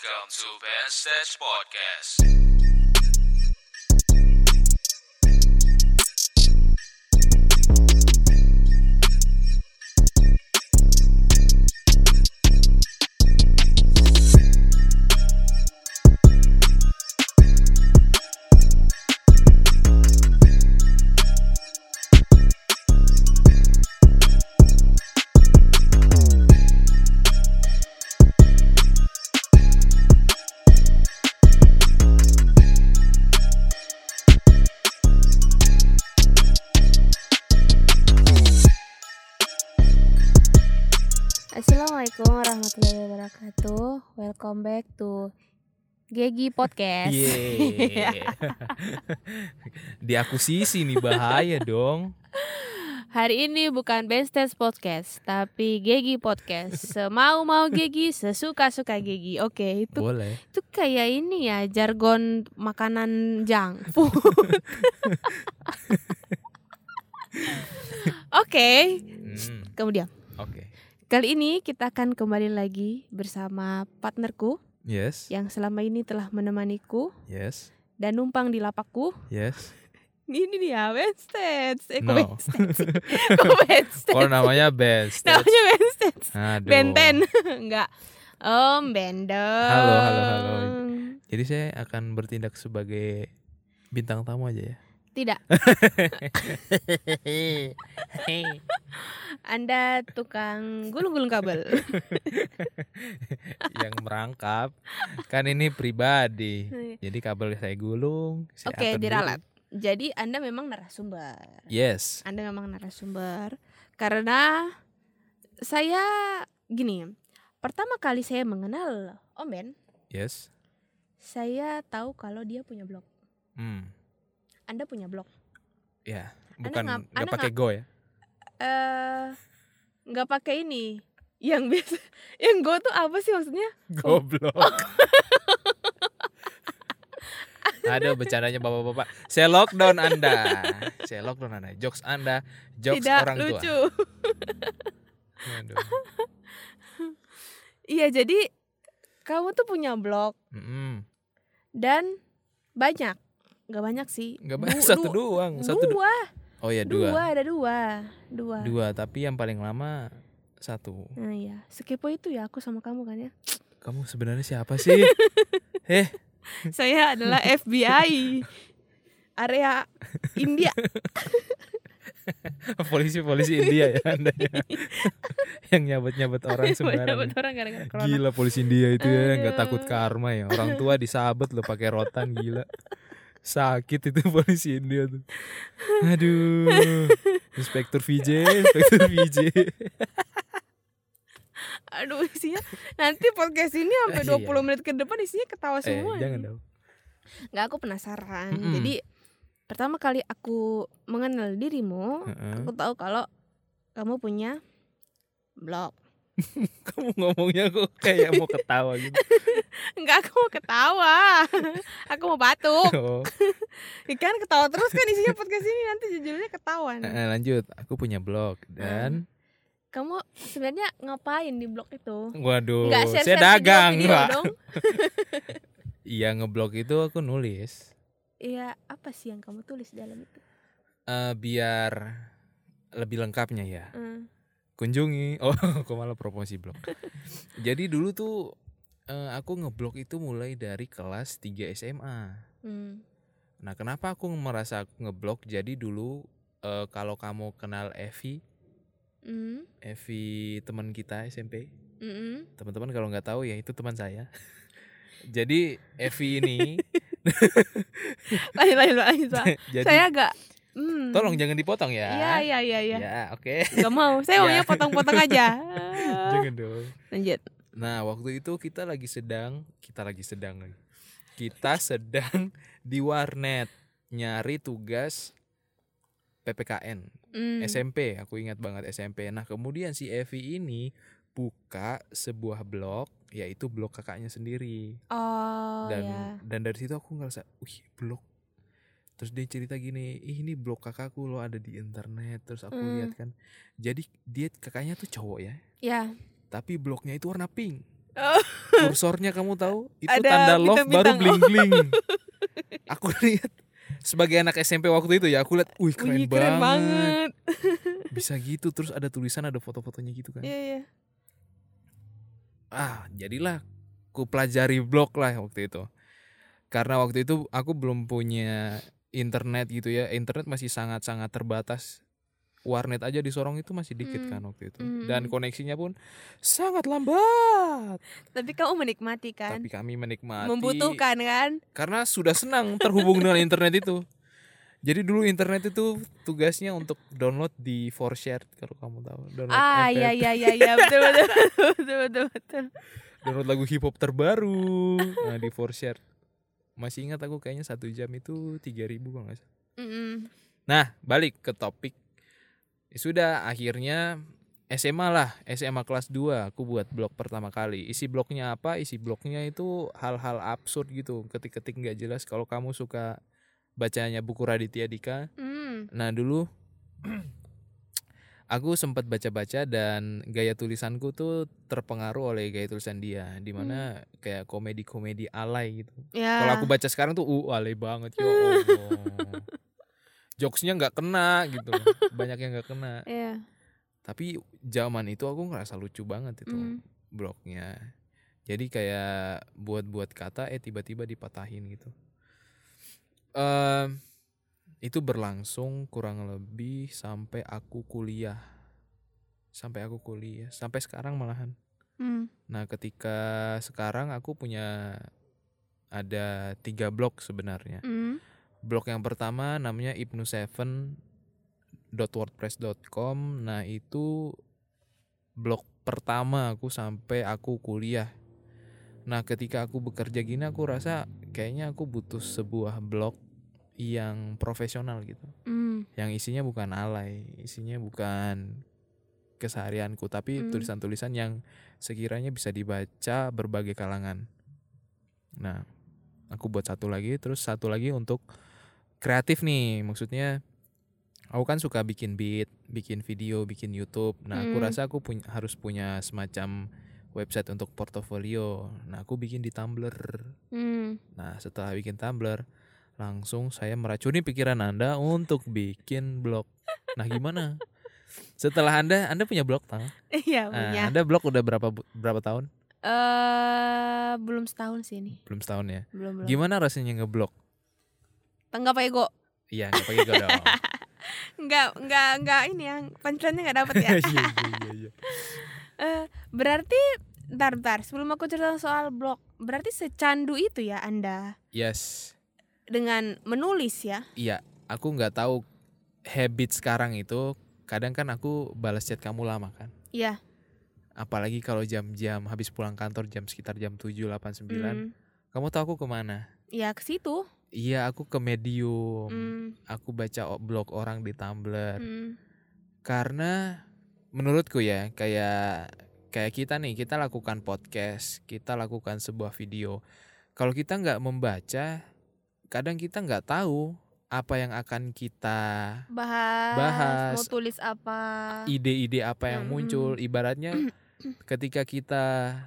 Welcome to Ben Stage Podcast. Assalamualaikum warahmatullahi wabarakatuh. Welcome back to Gegi Podcast. Yeay. Diakusisi nih, bahaya dong. Hari ini bukan Bestes Podcast, tapi Gegi Podcast. Semau-mau Gegi, sesuka-suka Gegi. Oke, itu Boleh. itu kayak ini ya, jargon makanan junk food. Oke. Kemudian Oke. kali ini kita akan kembali lagi bersama partnerku Yes. yang selama ini telah menemaniku Yes. dan numpang di lapakku. Yes. Ini dia Benstats. No. Kok Benstats? Kalau namanya best. Namanya Benstats. Aduh. Benten. Enggak. Om Bendong. Halo. Jadi saya akan bertindak sebagai bintang tamu aja ya. Tidak. Anda tukang gulung-gulung kabel. Yang merangkap. Kan ini pribadi. Jadi kabel saya gulung. Saya Oke, atur diralat. dulu. Jadi Anda memang narasumber. Yes. Anda memang narasumber. Karena saya gini. Pertama kali saya mengenal Om Ben, Yes. saya tahu kalau dia punya blog. Anda punya blog? Ya. Anda Bukan ngap- nggak Anda pakai Go ya. Nggak pakai ini. Yang biasa, yang Go tuh apa sih maksudnya? Goblok. Aduh, bercandanya bapak-bapak. Saya lockdown Anda. Jokes Anda, jokes Tidak orang lucu. tua. Aduh. Iya, jadi kamu tuh punya blog dan banyak. Nggak banyak sih. Enggak banyak, satu doang. Dua. Oh ya, Ada dua. Dua, tapi yang paling lama satu. Nah iya, sekepo itu ya aku sama kamu kan ya. Kamu sebenarnya siapa sih? Saya adalah FBI area India. Polisi India ya Anda ya. Yang nyabat orang sembarangan. Dapat orang gara-gara corona. Gila polisi India itu ya, Aduh. nggak takut karma ya. Orang tua disabet lo pakai rotan, gila. Sakit itu polisi India tuh. Aduh. Inspektur VJ. Aduh, isinya nanti podcast ini sampai 20 menit ke depan isinya ketawa semua. Jangan dong. Nggak, aku penasaran. Jadi pertama kali aku mengenal dirimu, aku tahu kalau kamu punya blog. Kamu ngomongnya kok kayak mau ketawa gitu. Enggak, aku mau ketawa. Aku mau batuk. Oh. Ikan ketawa terus kan isinya podcast ini, nanti judulnya ketahuan. Lanjut, aku punya blog dan Kamu sebenarnya ngapain di blog itu? waduh, Nggak saya share-share dagang, video-video Pak. dong. Iya, ngeblog itu aku nulis. Iya, apa sih yang kamu tulis dalam itu? Biar lebih lengkapnya ya. Hmm. Kunjungi. Oh, kok malah promosi blog. Jadi dulu tuh aku ngeblog itu mulai dari kelas 3 SMA. Nah, kenapa aku merasa aku ngeblog? Jadi dulu kalau kamu kenal Evi teman kita SMP. Teman-teman kalau nggak tahu ya itu teman saya. Jadi Evi ini Lain. jadi, Saya agak tolong jangan dipotong ya. Iya. Ya, oke. Gak mau. Saya maunya potong-potong aja. Jangan dong. Lanjut. Nah, waktu itu kita sedang di warnet nyari tugas PPKN SMP, aku ingat banget SMP. Nah, kemudian si Evi ini buka sebuah blog, yaitu blog kakaknya sendiri. Oh, Dan dari situ aku ngerasa, blog. Terus dia cerita gini, ini blog kakakku loh, ada di internet. Terus aku lihat kan, jadi dia kakaknya tuh cowok ya. Ya. Tapi blognya itu warna pink. Oh. Kursornya kamu tahu? Itu Ada tanda love baru bintang-bintang. bling-bling. Aku lihat sebagai anak SMP waktu itu ya, aku lihat, wih keren, Wih, keren banget. Bisa gitu, terus ada tulisan, ada foto-fotonya gitu kan. Iya. Jadilah ku pelajari blog lah waktu itu. Karena waktu itu aku belum punya internet gitu ya. Internet masih sangat-sangat terbatas. Warnet aja di Sorong itu masih dikit kan waktu itu. Dan koneksinya pun sangat lambat. Tapi kamu menikmati kan? Tapi kami menikmati. Membutuhkan kan? Karena sudah senang terhubung dengan internet itu. Jadi dulu internet itu tugasnya untuk download di 4Share kalau kamu tahu. Download MP3. Iya, betul. Download lagu hip hop terbaru di 4Share. Masih ingat aku kayaknya 1 jam itu 3.000 kalau nggak salah. Nah, balik ke topik. Sudah akhirnya SMA lah, SMA kelas 2 aku buat blog pertama kali. Isi blognya apa? Isi blognya itu hal-hal absurd gitu, ketik-ketik nggak jelas. Kalau kamu suka bacanya buku Raditya Dika. Nah dulu aku sempat baca-baca dan gaya tulisanku tuh terpengaruh oleh gaya tulisan dia, dimana kayak komedi-komedi alay gitu. Ya. Kalau aku baca sekarang tuh alay banget ya Allah. Jokesnya nggak kena gitu, banyak yang nggak kena. Iya. Tapi zaman itu aku ngerasa lucu banget itu blognya. Jadi kayak buat kata tiba-tiba dipatahin gitu. Itu berlangsung kurang lebih sampai aku kuliah. Sampai sekarang malahan. Nah ketika sekarang aku punya ada 3 blog sebenarnya. Blog yang pertama namanya ibnu7.wordpress.com. Nah itu blog pertama aku sampai aku kuliah. Nah ketika aku bekerja gini aku rasa kayaknya aku butuh sebuah blog yang profesional gitu. Yang isinya bukan alay, isinya bukan keseharianku, tapi tulisan-tulisan yang sekiranya bisa dibaca berbagai kalangan. Nah aku buat satu lagi, terus satu lagi untuk kreatif nih, maksudnya aku kan suka bikin beat, bikin video, bikin YouTube. Nah aku rasa aku harus punya semacam website untuk portofolio. Nah aku bikin di Tumblr. Nah setelah bikin Tumblr, langsung saya meracuni pikiran Anda untuk bikin blog. Nah gimana? Setelah Anda punya blog tang? Iya punya. Anda blog udah berapa tahun? Belum setahun sih ini. Belum setahun ya. Belum. Gimana rasanya ngeblog? Enggak pakai Go. Iya nggak pakai Go dong. Enggak ini yang pancelannya nggak dapet ya. Iya. Berarti bentar sebelum aku cerita soal blog, berarti secandu itu ya Anda? Yes. Dengan menulis ya? Iya, aku nggak tahu habit sekarang itu. Kadang kan aku balas chat kamu lama kan. Iya. Apalagi kalau jam-jam habis pulang kantor sekitar jam 7, 8, 9. Kamu tahu aku kemana? Ya ke situ. Iya, aku ke Medium. Aku baca blog orang di Tumblr. Karena menurutku ya, kayak kita nih, kita lakukan podcast, kita lakukan sebuah video. Kalau kita nggak membaca, kadang kita nggak tahu apa yang akan kita bahas, mau tulis apa, ide-ide apa yang muncul. Ibaratnya ketika kita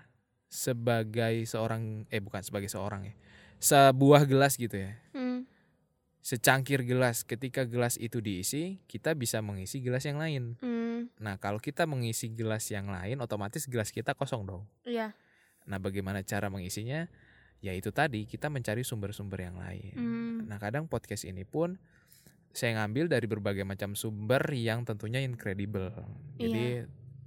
sebagai seorang, bukan sebagai seorang ya, sebuah gelas gitu ya, secangkir gelas, ketika gelas itu diisi, kita bisa mengisi gelas yang lain. Nah kalau kita mengisi gelas yang lain, otomatis gelas kita kosong dong. Iya. Nah bagaimana cara mengisinya? Ya itu tadi, kita mencari sumber-sumber yang lain. Nah kadang podcast ini pun saya ngambil dari berbagai macam sumber yang tentunya incredible. Jadi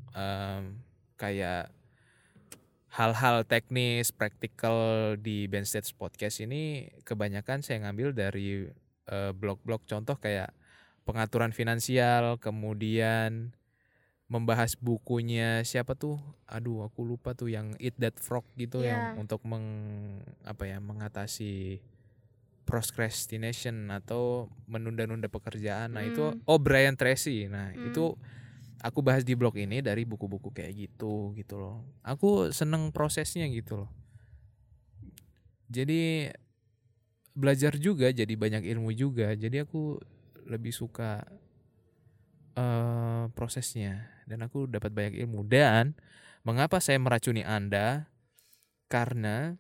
kayak hal-hal teknis, praktikal di Bendstage Podcast ini kebanyakan saya ngambil dari blog-blog, contoh kayak pengaturan finansial, kemudian membahas bukunya siapa tuh, aku lupa tuh, yang Eat That Frog gitu, yang untuk mengatasi procrastination atau menunda-nunda pekerjaan. Nah itu Brian Tracy. Nah itu aku bahas di blog ini dari buku-buku kayak gitu loh. Aku seneng prosesnya gitu loh. Jadi belajar juga, jadi banyak ilmu juga. Jadi aku lebih suka prosesnya, dan aku dapat banyak ilmu. Dan mengapa saya meracuni Anda? Karena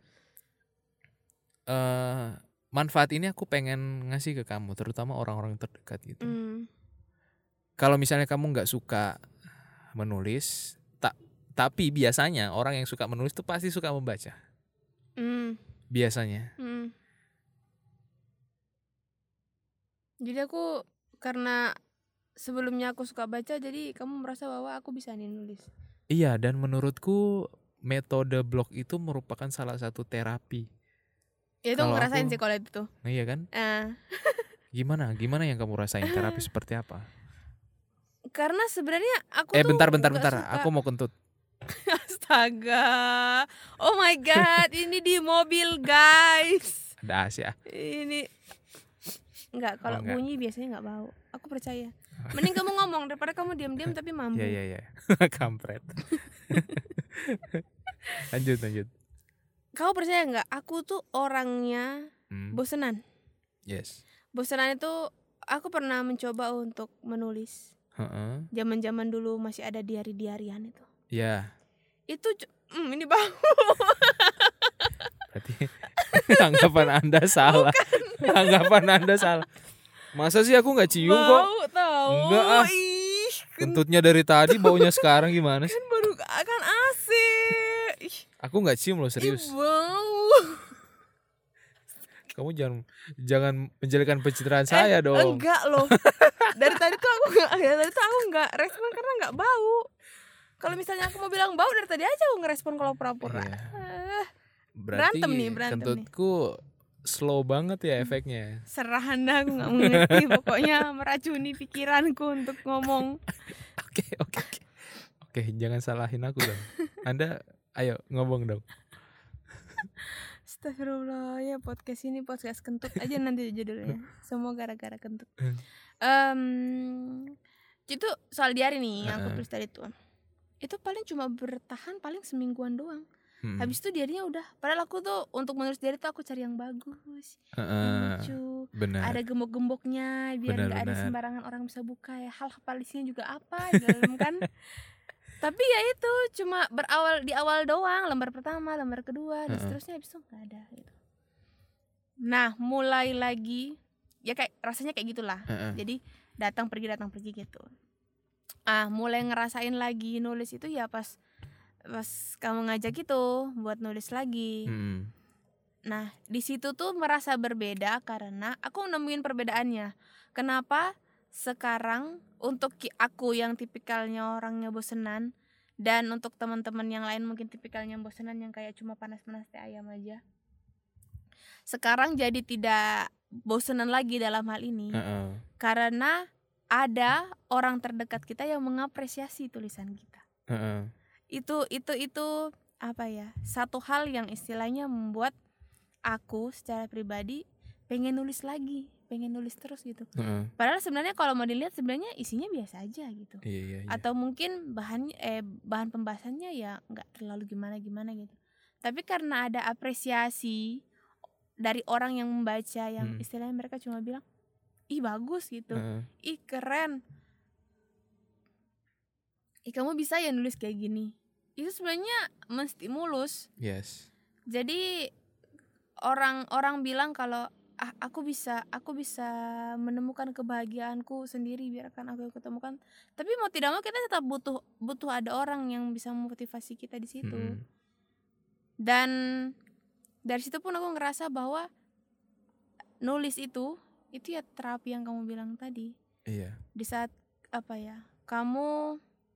manfaat ini aku pengen ngasih ke kamu, terutama orang-orang terdekat gitu. Kalau misalnya kamu nggak suka menulis, tapi biasanya orang yang suka menulis tuh pasti suka membaca. Biasanya. Jadi aku karena sebelumnya aku suka baca, jadi kamu merasa bahwa aku bisa nih nulis. Iya, dan menurutku metode blog itu merupakan salah satu terapi. Ya itu aku ngerasain sih kalau itu tuh. Iya kan? Gimana yang kamu rasain? Terapi seperti apa? Karena sebenarnya aku bentar. suka. Aku mau kentut. Astaga. Oh my god, ini di mobil, guys. Ada Asia. Ini enggak, kalau bunyi biasanya enggak bau. Aku percaya. Mending kamu ngomong daripada kamu diam-diam tapi mampu. Iya. Kampret. Lanjut. Kau percaya enggak? Aku tuh orangnya bosenan. Yes. Bosenan itu aku pernah mencoba untuk menulis. Zaman-zaman dulu masih ada diari-diarian itu. Iya. Itu ini bau. Berarti anggapan Anda salah. Anggapan Anda salah. Masa sih aku nggak cium kok? Bau tau. Enggak ah. Kentutnya dari tadi, baunya sekarang gimana sih? Kan baru akan AC. Aku nggak cium loh, serius. Bau. Kamu jangan menjelekan pencitraan saya dong. Enggak loh. Dari tadi tuh aku nggak respon karena nggak bau. Kalau misalnya aku mau bilang bau, dari tadi aja aku ngerespon kalau pura-pura. Berarti berantem kentutku slow banget ya efeknya. Serah Anda, aku nggak mengerti. Pokoknya meracuni pikiranku untuk ngomong. Oke, jangan salahin aku dong. Anda ayo ngomong dong. Astagfirullah, ya podcast ini podcast kentut aja nanti judulnya. Semua gara-gara kentut. Itu soal diari nih yang aku tulis tadi tuh. Itu paling cuma bertahan paling semingguan doang. Habis itu diarinya udah. Padahal aku tuh untuk menulis diari tuh aku cari yang bagus, yang lucu, ada gembok-gemboknya biar nggak ada sembarangan orang bisa buka ya. Hal isinya juga apa di dalam kan. Tapi ya itu cuma berawal di awal doang, lembar pertama, lembar kedua, dan seterusnya habis itu nggak ada gitu. Nah mulai lagi ya kayak rasanya kayak gitulah. Jadi datang pergi gitu. Mulai ngerasain lagi nulis itu ya pas kamu ngajak itu buat nulis lagi. Nah di situ tuh merasa berbeda karena aku nemuin perbedaannya. Kenapa sekarang untuk aku yang tipikalnya orangnya bosenan, dan untuk teman-teman yang lain mungkin tipikalnya bosenan yang kayak cuma panas-panas teh ayam aja, sekarang jadi tidak bosenan lagi dalam hal ini. Karena ada orang terdekat kita yang mengapresiasi tulisan kita. Itu apa ya, satu hal yang istilahnya membuat aku secara pribadi pengen nulis lagi, pengen nulis terus gitu. Padahal sebenarnya kalau mau dilihat sebenarnya isinya biasa aja gitu. Iya. Atau mungkin bahan pembahasannya ya nggak terlalu gimana gitu. Tapi karena ada apresiasi dari orang yang membaca yang istilahnya mereka cuma bilang, ih bagus gitu, ih keren, ih kamu bisa ya nulis kayak gini. Itu sebenarnya menstimulus. Yes. Jadi orang bilang kalau aku bisa menemukan kebahagiaanku sendiri biarkan aku ketemukan. Tapi mau tidak mau kita tetap butuh ada orang yang bisa memotivasi kita di situ. Dan dari situ pun aku ngerasa bahwa nulis itu ya terapi yang kamu bilang tadi. Iya. Di saat apa ya, kamu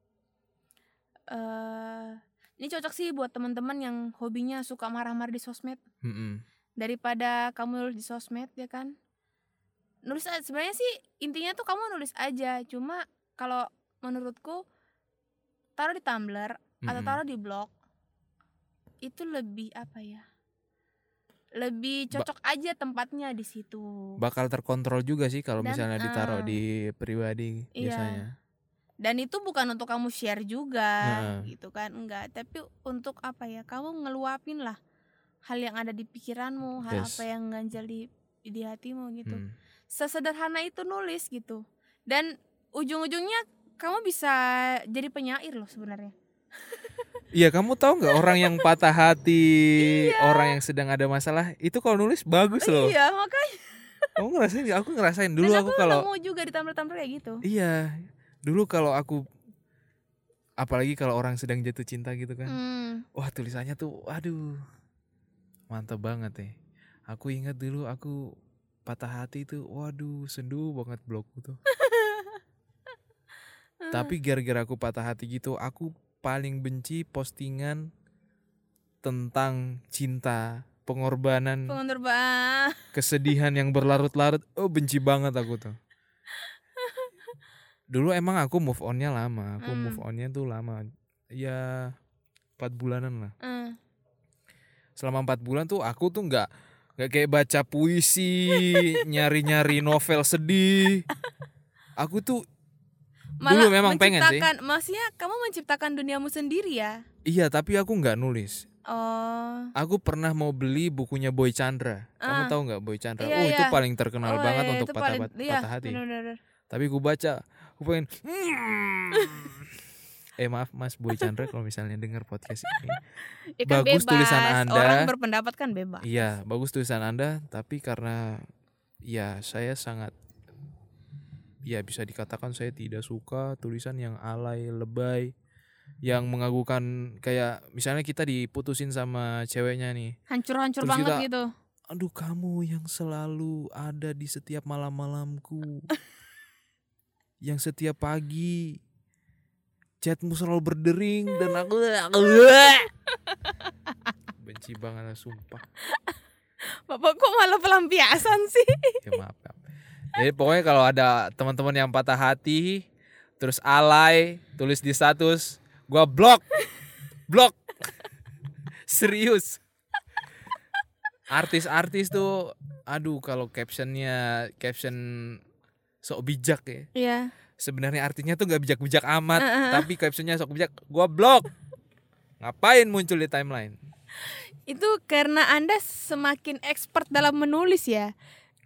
ini cocok sih buat teman-teman yang hobinya suka marah-marah di sosmed. Daripada kamu nulis di sosmed ya kan, nulis sebenarnya sih intinya tuh kamu nulis aja. Cuma kalau menurutku taruh di Tumblr atau taruh di blog itu lebih apa ya, lebih cocok aja tempatnya di situ. Bakal terkontrol juga sih kalau misalnya ditaruh di pribadi biasanya. Dan itu bukan untuk kamu share juga gitu kan, enggak, tapi untuk apa ya, kamu ngeluapin lah hal yang ada di pikiranmu, hal apa yang ganjal di hatimu gitu. Sesederhana itu nulis gitu. Dan ujung-ujungnya kamu bisa jadi penyair loh sebenarnya. Iya, kamu tahu nggak orang yang patah hati, orang yang sedang ada masalah itu kalau nulis bagus loh. Iya, makanya. Kamu ngerasain nggak? Aku ngerasain dulu. Dan aku kalau nemu juga di tampil-tampil kayak gitu. iya, dulu kalau aku apalagi kalau orang sedang jatuh cinta gitu kan, wah tulisannya tuh, aduh, mantap banget ya. Aku ingat dulu aku patah hati itu, waduh, sendu banget blogku tuh. Tapi gara-gara aku patah hati gitu, aku paling benci postingan tentang cinta, pengorbanan, kesedihan yang berlarut-larut. Oh, benci banget aku tuh. Dulu emang aku move on-nya lama. Aku move on-nya tuh lama. Ya 4 bulanan lah. Selama 4 bulan tuh aku tuh nggak kayak baca puisi, nyari-nyari novel sedih. Aku tuh malah dulu memang pengen sih. Maksudnya kamu menciptakan duniamu sendiri ya? Iya, tapi aku nggak nulis. Oh. Aku pernah mau beli bukunya Boy Chandra. Kamu tahu nggak Boy Chandra? Iya, itu paling terkenal banget untuk patah hati. Bener. Tapi aku baca, aku pengen. Maaf Mas Boy Chandra kalau misalnya dengar podcast ini. Kan bagus bebas. Tulisan Anda. Orang berpendapat kan bebas. Iya, bagus tulisan Anda. Tapi karena ya saya sangat, ya bisa dikatakan saya tidak suka tulisan yang alay, lebay, yang mengagukan, kayak misalnya kita diputusin sama ceweknya nih, hancur banget gitu. Aduh, kamu yang selalu ada di setiap malam-malamku, yang setiap pagi chatmu selalu berdering dan aku benci banget, sumpah. Bapak kok malah pelampiasan sih? Ya maaf. Jadi pokoknya kalau ada teman-teman yang patah hati terus alay tulis di status, gua blok. Serius. Artis-artis tuh, aduh, kalau caption sok bijak ya. Iya. Sebenarnya artinya tuh nggak bijak-bijak amat, tapi captionnya sok bijak, gua blok. Ngapain muncul di timeline? Itu karena Anda semakin expert dalam menulis ya.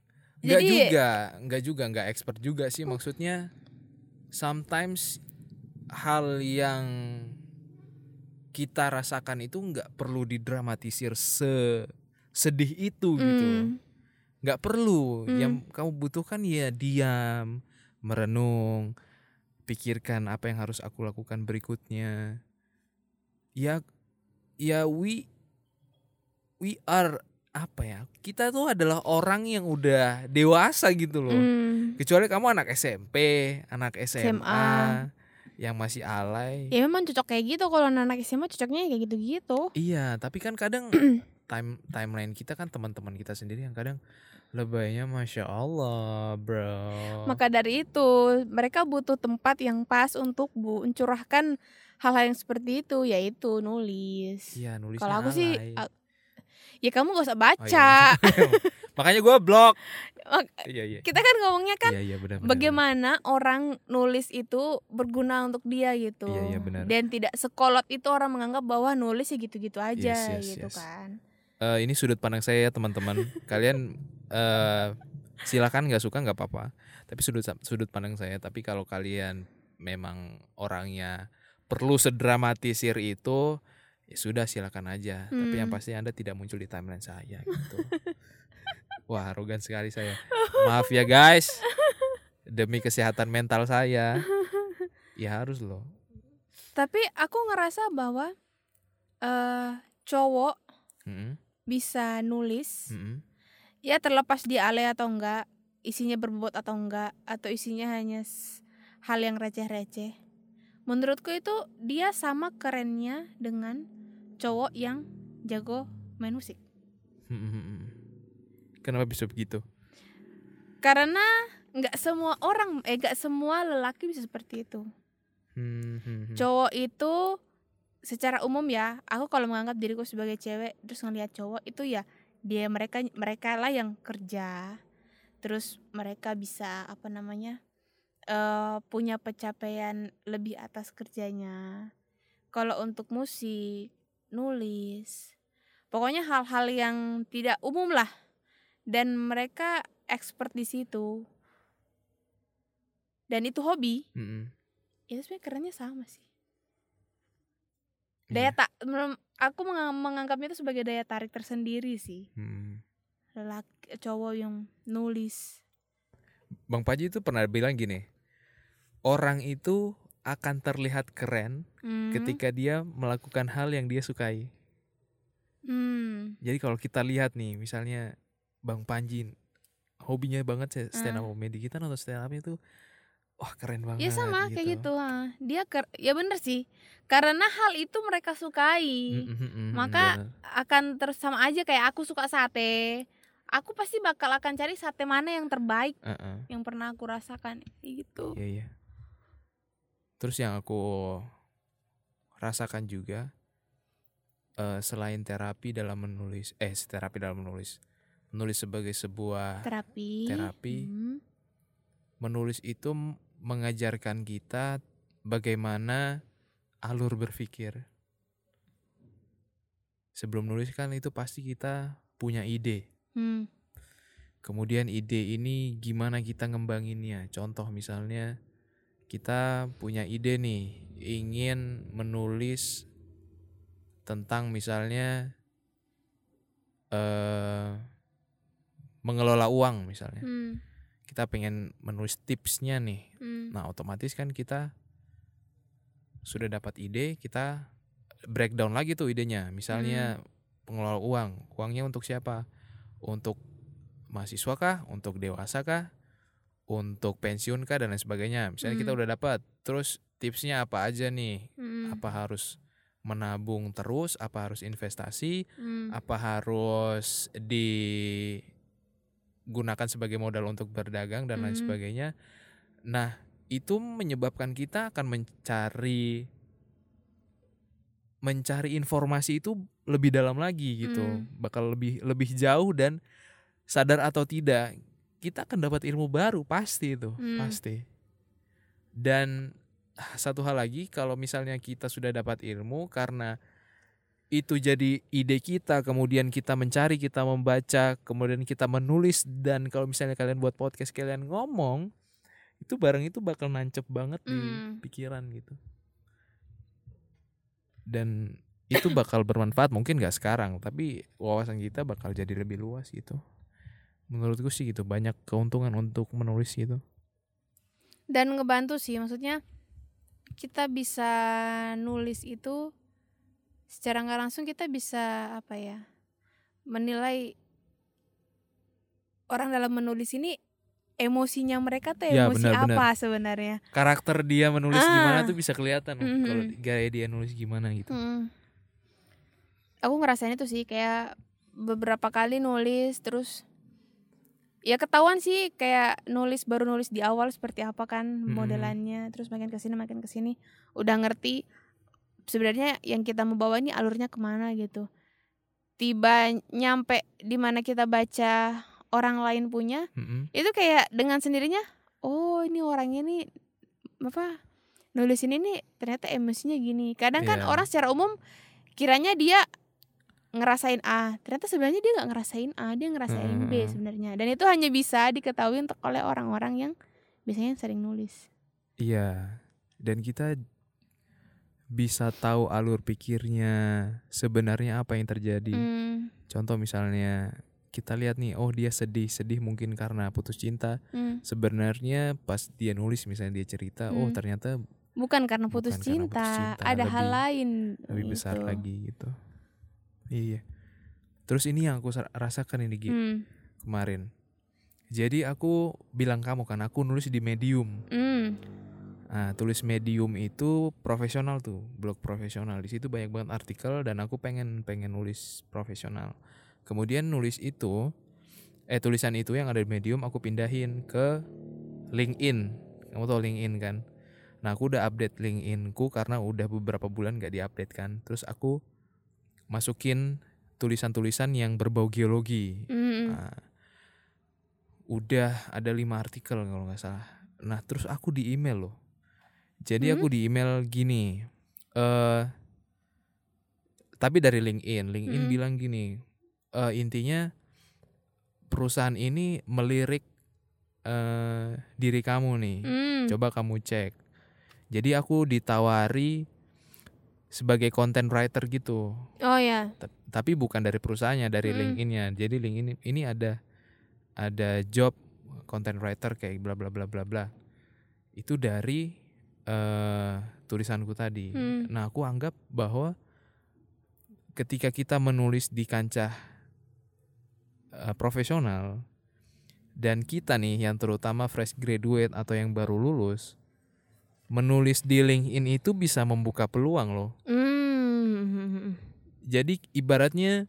Nggak expert juga sih, maksudnya sometimes hal yang kita rasakan itu nggak perlu didramatisir sedih itu gitu. Nggak perlu. Yang kamu butuhkan ya diam, merenung, pikirkan apa yang harus aku lakukan berikutnya. Ya we are, apa ya, kita tuh adalah orang yang udah dewasa gitu loh. Kecuali kamu anak SMP, anak SMA yang masih alay. Ya memang cocok kayak gitu. Kalau anak SMA cocoknya kayak gitu-gitu. Iya, tapi kan kadang timeline kita kan teman-teman kita sendiri yang kadang lebaynya Masya Allah bro. Maka dari itu mereka butuh tempat yang pas untuk mencurahkan hal-hal yang seperti itu, yaitu nulis. Iya, nulisnya kalau aku sih alay. Ya kamu gak usah baca. Iya. Makanya gue blok. Iya. Kita kan ngomongnya kan benar, bagaimana orang nulis itu berguna untuk dia gitu. Iya, benar. Dan tidak sekolot itu orang menganggap bahwa nulis ya gitu-gitu aja yes. kan. Ini sudut pandang saya ya teman-teman. Kalian silakan nggak suka nggak apa-apa. Tapi sudut pandang saya. Tapi kalau kalian memang orangnya perlu sedramatisir itu, ya sudah, silakan aja. Tapi yang pasti Anda tidak muncul di timeline saya gitu. Wah, arogan sekali saya. Maaf ya guys. Demi kesehatan mental saya. Ya harus loh. Tapi aku ngerasa bahwa cowok bisa nulis. Ya terlepas dia alay atau enggak, isinya berbobot atau enggak, atau isinya hanya hal yang receh-receh. Menurutku itu dia sama kerennya dengan cowok yang jago main musik. Kenapa bisa begitu? Karena nggak semua lelaki bisa seperti itu. Cowok itu secara umum ya, aku kalau menganggap diriku sebagai cewek terus ngelihat cowok itu ya mereka lah yang kerja, terus mereka bisa punya pencapaian lebih atas kerjanya. Kalau untuk musik, nulis, pokoknya hal-hal yang tidak umum lah, dan mereka expert di situ, dan itu hobi. Itu sebenarnya kerennya sama sih. Aku menganggapnya itu sebagai daya tarik tersendiri sih. Cowok yang nulis. Bang Paji itu pernah bilang gini, orang itu akan terlihat keren ketika dia melakukan hal yang dia sukai. Jadi kalau kita lihat nih, misalnya Bang Panji hobinya banget stand up comedy, kita nonton stand up itu wah keren banget. Ya sama gitu. Kayak gitu. Dia ya bener sih. Karena hal itu mereka sukai. Maka akan terus sama aja kayak aku suka sate. Aku pasti bakal akan cari sate mana yang terbaik yang pernah aku rasakan gitu. Iya. Terus yang aku rasakan juga selain terapi dalam menulis sebagai sebuah terapi. Menulis itu mengajarkan kita bagaimana alur berpikir. Sebelum nulis kan itu pasti kita punya ide. Kemudian ide ini gimana kita ngembanginnya. Contoh misalnya kita punya ide nih, ingin menulis tentang misalnya mengelola uang misalnya. Kita pengen menulis tipsnya nih. Nah otomatis kan kita sudah dapat ide, kita breakdown lagi tuh idenya. Misalnya pengelola uang, uangnya untuk siapa? Untuk mahasiswa kah? Untuk dewasa kah? Untuk pensiun kah? Dan lain sebagainya. Misalnya kita udah dapat, terus tipsnya apa aja nih? Apa harus menabung terus? Apa harus investasi? Apa harus digunakan sebagai modal untuk berdagang dan lain sebagainya? Nah itu menyebabkan kita akan mencari informasi itu lebih dalam lagi gitu. Bakal lebih jauh, dan sadar atau tidak kita akan dapat ilmu baru pasti itu. Pasti. Dan satu hal lagi, kalau misalnya kita sudah dapat ilmu karena itu jadi ide kita, kemudian kita mencari, kita membaca, kemudian kita menulis, dan kalau misalnya kalian buat podcast, kalian ngomong, itu barang itu bakal nancep banget di pikiran gitu. Dan itu bakal bermanfaat, mungkin gak sekarang, tapi wawasan kita bakal jadi lebih luas gitu. Menurutku sih gitu, banyak keuntungan untuk menulis gitu. Dan ngebantu sih, maksudnya kita bisa nulis itu secara gak langsung kita bisa menilai orang dalam menulis ini emosinya mereka tuh emosi apa sebenarnya. Karakter dia menulis gimana tuh bisa kelihatan kalau gaya dia nulis gimana gitu. Aku ngerasain itu sih, kayak beberapa kali nulis terus ya ketahuan sih, kayak baru nulis di awal seperti apa kan modelannya, terus makin kesini udah ngerti sebenarnya yang kita mau bawa ini alurnya kemana gitu. Tiba nyampe di mana kita baca orang lain punya, itu kayak dengan sendirinya, oh ini orangnya nih nulis ini nih ternyata emosinya gini. Kadang kan orang secara umum kiranya dia ngerasain A, ternyata sebenarnya dia nggak ngerasain A, dia ngerasain B sebenarnya. Dan itu hanya bisa diketahui oleh orang-orang yang biasanya sering nulis. Iya, dan kita bisa tahu alur pikirnya sebenarnya apa yang terjadi. Contoh misalnya kita lihat nih, oh dia sedih mungkin karena putus cinta. Sebenarnya pas dia nulis misalnya dia cerita, oh ternyata bukan karena putus cinta, ada hal lain lebih besar lagi gitu. Iya. Terus ini yang aku rasakan ini kemarin. Jadi aku bilang kamu kan, aku nulis di Medium. Nah, tulis Medium itu profesional tuh, blog profesional. Di situ banyak banget artikel dan aku pengen nulis profesional. Kemudian tulisan itu yang ada di Medium aku pindahin ke LinkedIn. Kamu tahu LinkedIn kan? Nah, aku udah update LinkedIn-ku karena udah beberapa bulan gak di-update kan. Terus aku masukin tulisan-tulisan yang berbau geologi. Nah, udah ada 5 artikel kalau gak salah. Nah, terus aku di email loh. Jadi aku di email gini. Tapi dari LinkedIn bilang gini. Intinya perusahaan ini melirik diri kamu nih. Coba kamu cek. Jadi aku ditawari sebagai content writer gitu. Oh ya. Tapi bukan dari perusahaannya, dari LinkedIn-nya. Jadi LinkedIn ini ada job content writer kayak bla bla bla bla bla. Itu dari tulisanku tadi. Nah, aku anggap bahwa ketika kita menulis di kancah profesional dan kita nih yang terutama fresh graduate atau yang baru lulus, menulis di LinkedIn itu bisa membuka peluang loh. Jadi ibaratnya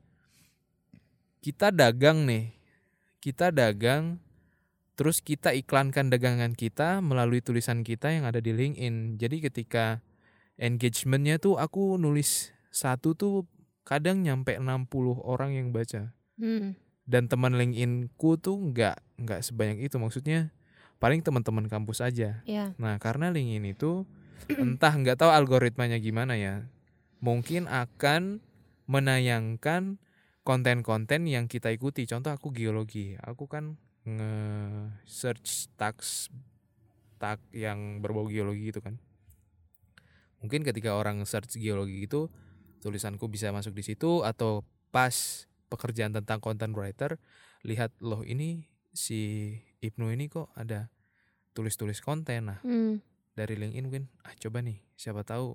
kita dagang nih. Kita dagang terus kita iklankan dagangan kita melalui tulisan kita yang ada di LinkedIn. Jadi ketika engagementnya tuh aku nulis satu tuh kadang nyampe 60 orang yang baca. Dan teman LinkedIn-ku tuh nggak sebanyak itu, maksudnya paling teman-teman kampus aja. Yeah. Nah, karena LinkedIn itu entah nggak tahu algoritmanya gimana ya, mungkin akan menayangkan konten-konten yang kita ikuti. Contoh aku geologi, aku kan nge-search tag yang berbau geologi gitu kan. Mungkin ketika orang search geologi itu tulisanku bisa masuk di situ, atau pas pekerjaan tentang content writer lihat loh ini si Ibnu ini kok ada tulis konten. Nah, dari LinkedIn mungkin coba nih siapa tahu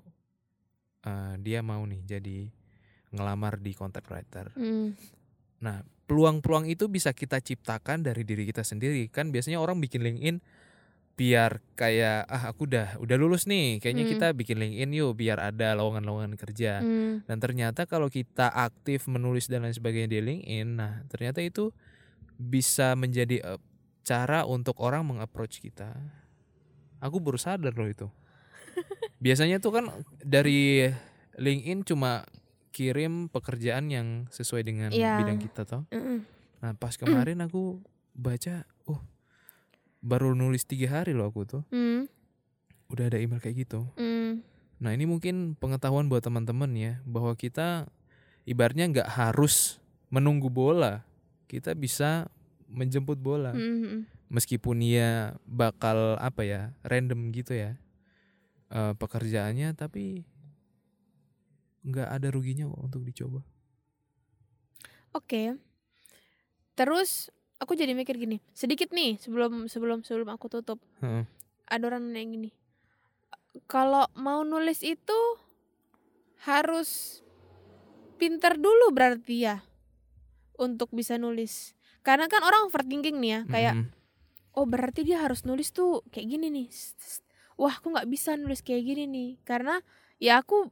dia mau nih jadi ngelamar di content writer. Nah, peluang-peluang itu bisa kita ciptakan dari diri kita sendiri. Kan biasanya orang bikin LinkedIn biar kayak aku udah lulus nih, kayaknya kita bikin LinkedIn yuk biar ada lowongan-lowongan kerja. Dan ternyata kalau kita aktif menulis dan lain sebagainya di LinkedIn, nah ternyata itu bisa menjadi cara untuk orang meng-approach kita. Aku baru sadar loh itu. Biasanya tuh kan dari LinkedIn cuma kirim pekerjaan yang sesuai dengan bidang kita toh. Nah, pas kemarin aku baca, baru nulis 3 hari loh aku tuh. Udah ada email kayak gitu. Nah, ini mungkin pengetahuan buat teman-teman ya, bahwa kita ibaratnya nggak harus menunggu bola. Kita bisa menjemput bola. Meskipun ya bakal random gitu ya pekerjaannya, tapi nggak ada ruginya kok untuk dicoba. Oke. Terus aku jadi mikir gini, sedikit nih sebelum aku tutup. Ada orang nanya gini, kalau mau nulis itu harus pinter dulu berarti ya untuk bisa nulis. Karena kan orang overthinking nih ya, kayak berarti dia harus nulis tuh kayak gini nih. Wah, aku nggak bisa nulis kayak gini nih, karena ya aku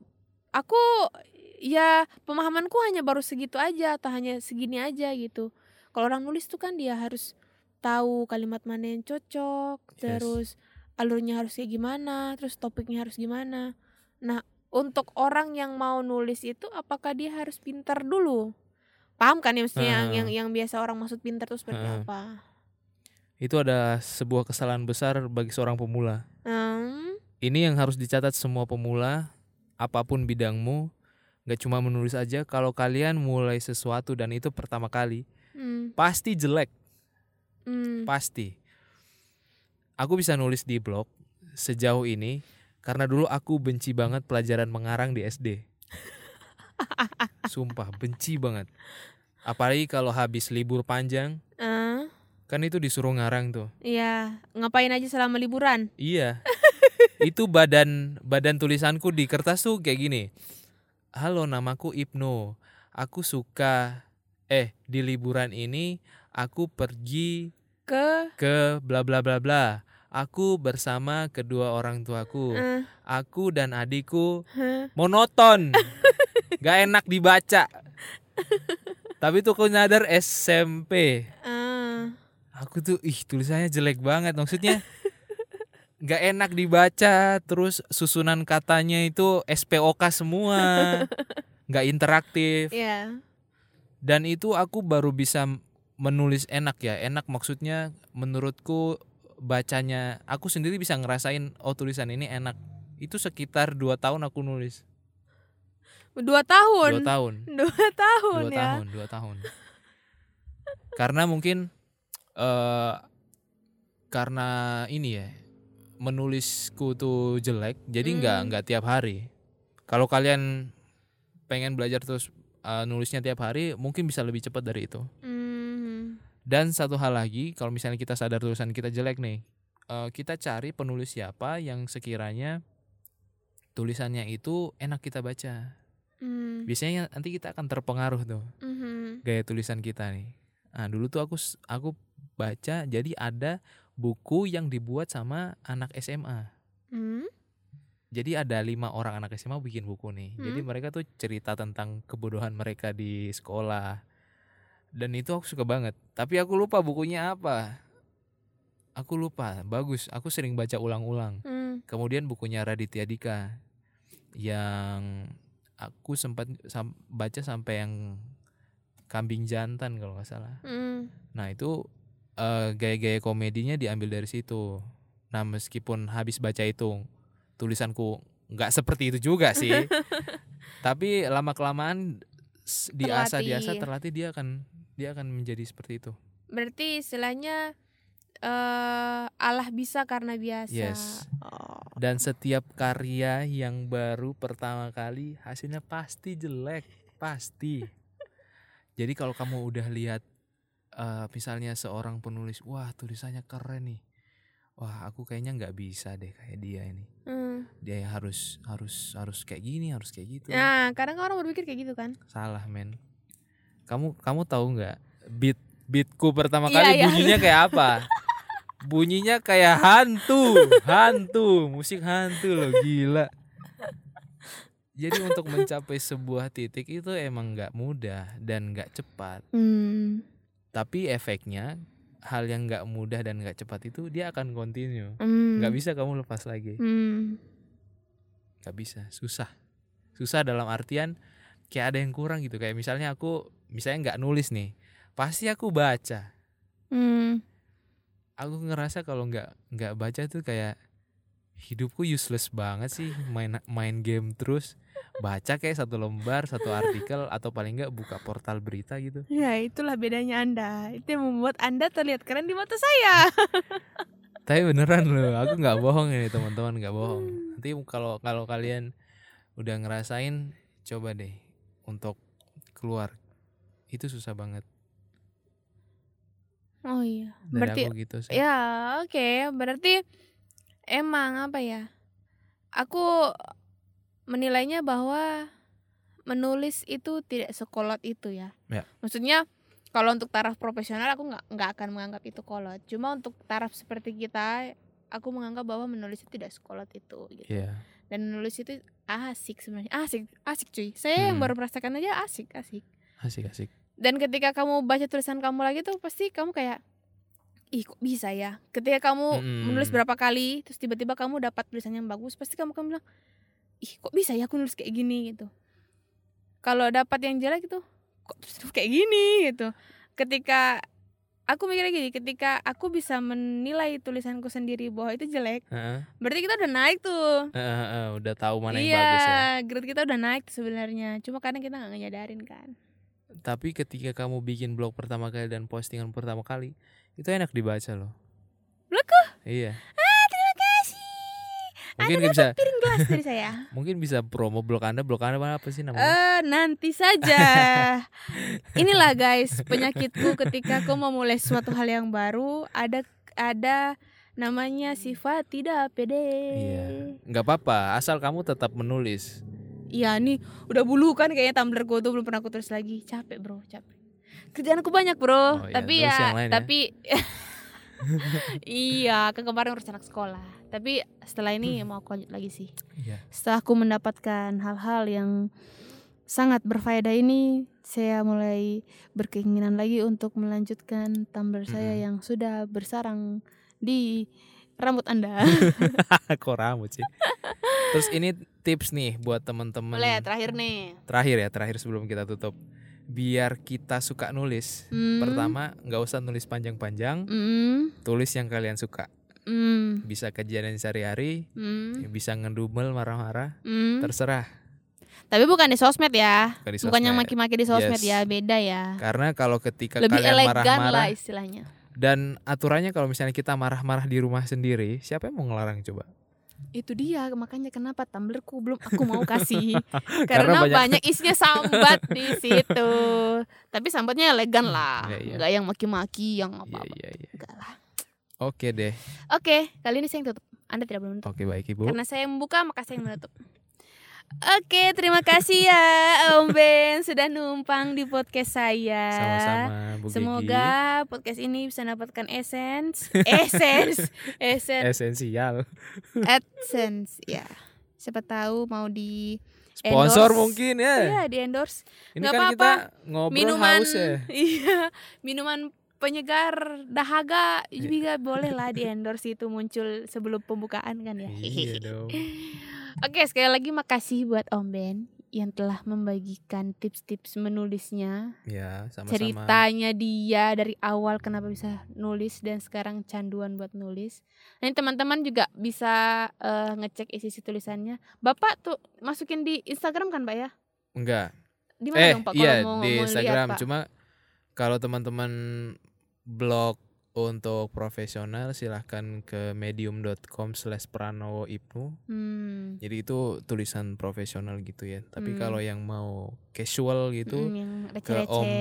ya pemahamanku hanya baru segitu aja atau hanya segini aja gitu. Kalau orang nulis tuh kan dia harus tahu kalimat mana yang cocok, terus alurnya harus kayak gimana, terus topiknya harus gimana. Nah, untuk orang yang mau nulis itu apakah dia harus pintar dulu? Paham kan ya maksudnya yang biasa orang maksud pintar itu seperti apa? Itu adalah sebuah kesalahan besar bagi seorang pemula. Ini yang harus dicatat semua pemula, apapun bidangmu, gak cuma menulis aja. Kalau kalian mulai sesuatu dan itu pertama kali, pasti jelek. Pasti. Aku bisa nulis di blog sejauh ini karena dulu aku benci banget pelajaran mengarang di SD. Sumpah benci banget. Apalagi kalau habis libur panjang, kan itu disuruh ngarang tuh. Iya, ngapain aja selama liburan? Iya. Itu badan tulisanku di kertas tuh kayak gini. Halo, namaku Ibnu. Aku suka di liburan ini aku pergi ke bla bla bla bla. Aku bersama kedua orang tuaku. Aku dan adikku monoton. Gak enak dibaca. Tapi tuh aku nyadar SMP. Aku tuh tulisannya jelek banget. Maksudnya gak enak dibaca. Terus susunan katanya itu SPOK semua. Gak interaktif. Dan itu aku baru bisa menulis enak ya. Enak maksudnya menurutku bacanya, aku sendiri bisa ngerasain tulisan ini enak. Itu sekitar 2 tahun aku nulis. 2 tahun? 2 tahun. 2 tahun. Karena mungkin karena ini ya, menulisku tuh jelek, jadi nggak tiap hari. Kalau kalian pengen belajar terus nulisnya tiap hari, mungkin bisa lebih cepat dari itu. Dan satu hal lagi, kalau misalnya kita sadar tulisan kita jelek nih, kita cari penulis siapa yang sekiranya tulisannya itu enak kita baca. Biasanya nanti kita akan terpengaruh tuh gaya tulisan kita nih. Nah dulu tuh aku baca, jadi ada buku yang dibuat sama anak SMA. Jadi ada 5 orang anak SMA bikin buku nih. Jadi mereka tuh cerita tentang kebodohan mereka di sekolah. Dan itu aku suka banget. Tapi aku lupa bukunya apa. Aku lupa, bagus. Aku sering baca ulang-ulang. Kemudian bukunya Raditya Dika yang aku sempat baca sampai yang Kambing Jantan kalau nggak salah. Nah itu gaya-gaya komedinya diambil dari situ. Nah meskipun habis baca itu tulisanku nggak seperti itu juga sih. Tapi lama kelamaan diasah terlatih, dia akan menjadi seperti itu. Berarti istilahnya Allah bisa karena biasa. Yes. Dan setiap karya yang baru pertama kali hasilnya pasti jelek, pasti. Jadi kalau kamu udah lihat misalnya seorang penulis, wah tulisannya keren nih, wah aku kayaknya nggak bisa deh kayak dia ini. Dia harus kayak gini, harus kayak gitu. Nah kadang orang berpikir kayak gitu kan. Salah men. Kamu tahu nggak beatku pertama kali bunyinya kayak apa? Bunyinya kayak hantu, musik hantu loh, gila. Jadi untuk mencapai sebuah titik itu emang nggak mudah dan nggak cepat. Tapi efeknya hal yang nggak mudah dan nggak cepat itu dia akan continue. Nggak bisa kamu lepas lagi. Nggak bisa, susah dalam artian kayak ada yang kurang gitu. Kayak misalnya aku nggak nulis nih, pasti aku baca. Aku ngerasa kalau nggak baca tuh kayak hidupku useless banget sih, main game terus. Baca kayak 1 lembar, 1 artikel, atau paling nggak buka portal berita gitu. Ya itulah bedanya Anda. Itu yang membuat Anda terlihat keren di mata saya. Tapi beneran loh, aku nggak bohong ini teman-teman, nggak bohong. Nanti kalau kalian udah ngerasain, coba deh untuk keluar. Itu susah banget. Oh iya. Dari Berarti aku gitu sih. ya oke. Berarti emang apa ya? Aku menilainya bahwa menulis itu tidak sekolot itu ya. Maksudnya kalau untuk taraf profesional aku nggak akan menganggap itu kolot. Cuma untuk taraf seperti kita, aku menganggap bahwa menulis itu tidak sekolot itu gitu. Dan menulis itu asik sebenarnya. Asik cuy. Saya yang baru merasakan aja asik. Dan ketika kamu baca tulisan kamu lagi tuh pasti kamu kayak, ih kok bisa ya. Ketika kamu menulis berapa kali terus tiba-tiba kamu dapat tulisan yang bagus, pasti kamu bilang, ih kok bisa ya aku nulis kayak gini gitu. Kalau dapat yang jelek itu kok terus kayak gini gitu. Ketika aku mikirnya gini, ketika aku bisa menilai tulisanku sendiri bahwa itu jelek, berarti kita udah naik tuh. Udah tahu mana yang bagus ya. Iya, grade kita udah naik sebenarnya. Cuma kadang kita nggak nyadarin kan. Tapi ketika kamu bikin blog pertama kali dan postingan pertama kali, itu enak dibaca loh. Blogku? Iya. Terima kasih. Mungkin Anda bisa piring gelas dari saya. Mungkin bisa promo blog Anda apa sih namanya? Nanti saja. Inilah guys penyakitku ketika aku memulai suatu hal yang baru, ada namanya sifat tidak pede. Iya. Nggak apa-apa, asal kamu tetap menulis. Iya nih udah bulu kan kayaknya Tumblrku tuh belum pernah aku tulis lagi. Capek bro, kerjaanku banyak bro. Tapi iya kan kemarin urus anak sekolah. Tapi setelah ini mau aku lanjut lagi sih. Setelah aku mendapatkan hal-hal yang sangat berfaedah ini, saya mulai berkeinginan lagi untuk melanjutkan Tumblr saya yang sudah bersarang di rambut Anda. Kok rambut sih? Terus ini tips nih buat teman-teman. Boleh terakhir nih. Terakhir sebelum kita tutup. Biar kita suka nulis. Pertama, nggak usah nulis panjang-panjang. Tulis yang kalian suka. Bisa kejadian sehari-hari, bisa ngedumel marah-marah, terserah. Tapi bukan di sosmed ya. Bukan yang maki-maki di sosmed ya, beda ya. Karena kalau ketika lebih kalian marah-marah lah istilahnya. Dan aturannya kalau misalnya kita marah-marah di rumah sendiri, siapa yang mau ngelarang coba? Itu dia makanya kenapa Tumblrku belum aku mau kasih karena banyak isinya sambat di situ. Tapi sambatnya elegan lah, nggak yang maki-maki yang apa-apa. Enggak lah. Oke deh. Oke, kali ini saya yang tutup. Anda tidak boleh menutup. Oke, baik Ibu. Karena saya yang membuka maka saya yang menutup. Oke, terima kasih ya Om Ben sudah numpang di podcast saya. Sama-sama Bu Gigi. Semoga podcast ini bisa dapatkan esensial. AdSense ya. Siapa tahu mau di sponsor mungkin ya. Iya, di endorse. Ini nggak kan apa-apa. Kita ngobrol Minuman, haus ya. Iya, minuman penyegar dahaga juga boleh lah di endorse, itu muncul sebelum pembukaan kan ya. Iya dong. Oke, sekali lagi makasih buat Om Ben yang telah membagikan tips-tips menulisnya. Ya, sama-sama. Ceritanya dia dari awal kenapa bisa nulis dan sekarang canduan buat nulis. Nah, teman-teman juga bisa ngecek isi tulisannya. Bapak tuh masukin di Instagram kan, Pak ya? Enggak. Di mana dong, Pak? Iya, kalau di mau Instagram. lihat, Pak? Cuma kalau teman-teman blog untuk profesional silahkan ke medium.com/pranowoibnu. Jadi itu tulisan profesional gitu ya. Tapi kalau yang mau casual gitu ke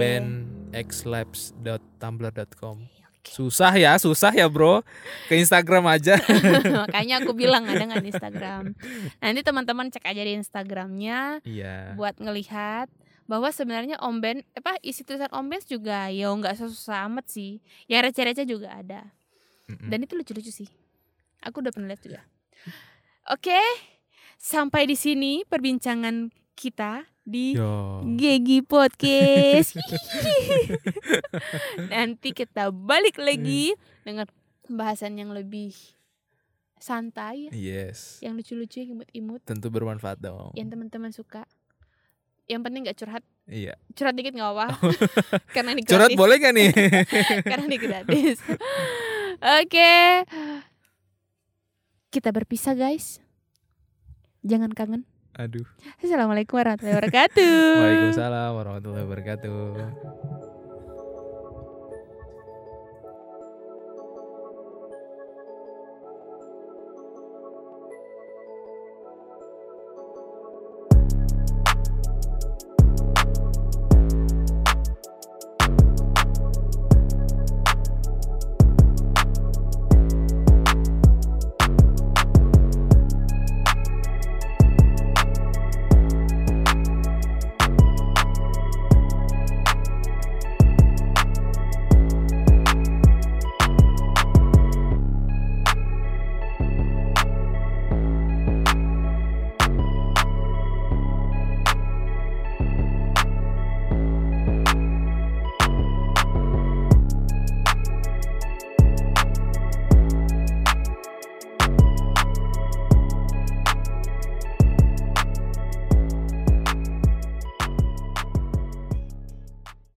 ombenxlabs.tumblr.com. Susah ya bro. Ke Instagram aja. Makanya aku bilang ada nggak di Instagram. Nanti teman-teman cek aja di Instagramnya. Iya. Buat ngelihat bahwa sebenarnya Om Ben isi tulisan Om Ben juga ya nggak susah amat sih. Ya receh-receh juga ada. Dan itu lucu-lucu sih. Aku udah pernah lihat juga. Oke, sampai di sini perbincangan kita di Gigi Podcast. Nanti kita balik lagi dengan pembahasan yang lebih santai. Yes. Yang lucu-lucu, yang imut-imut. Tentu bermanfaat dong. Yang teman-teman suka. Yang penting gak curhat. Iya. Curhat dikit gak apa. Karena ini gratis. Curhat boleh gak nih? Karena ini gratis. Oke. Kita berpisah guys. Jangan kangen. Aduh. Assalamualaikum warahmatullahi wabarakatuh. Waalaikumsalam warahmatullahi wabarakatuh.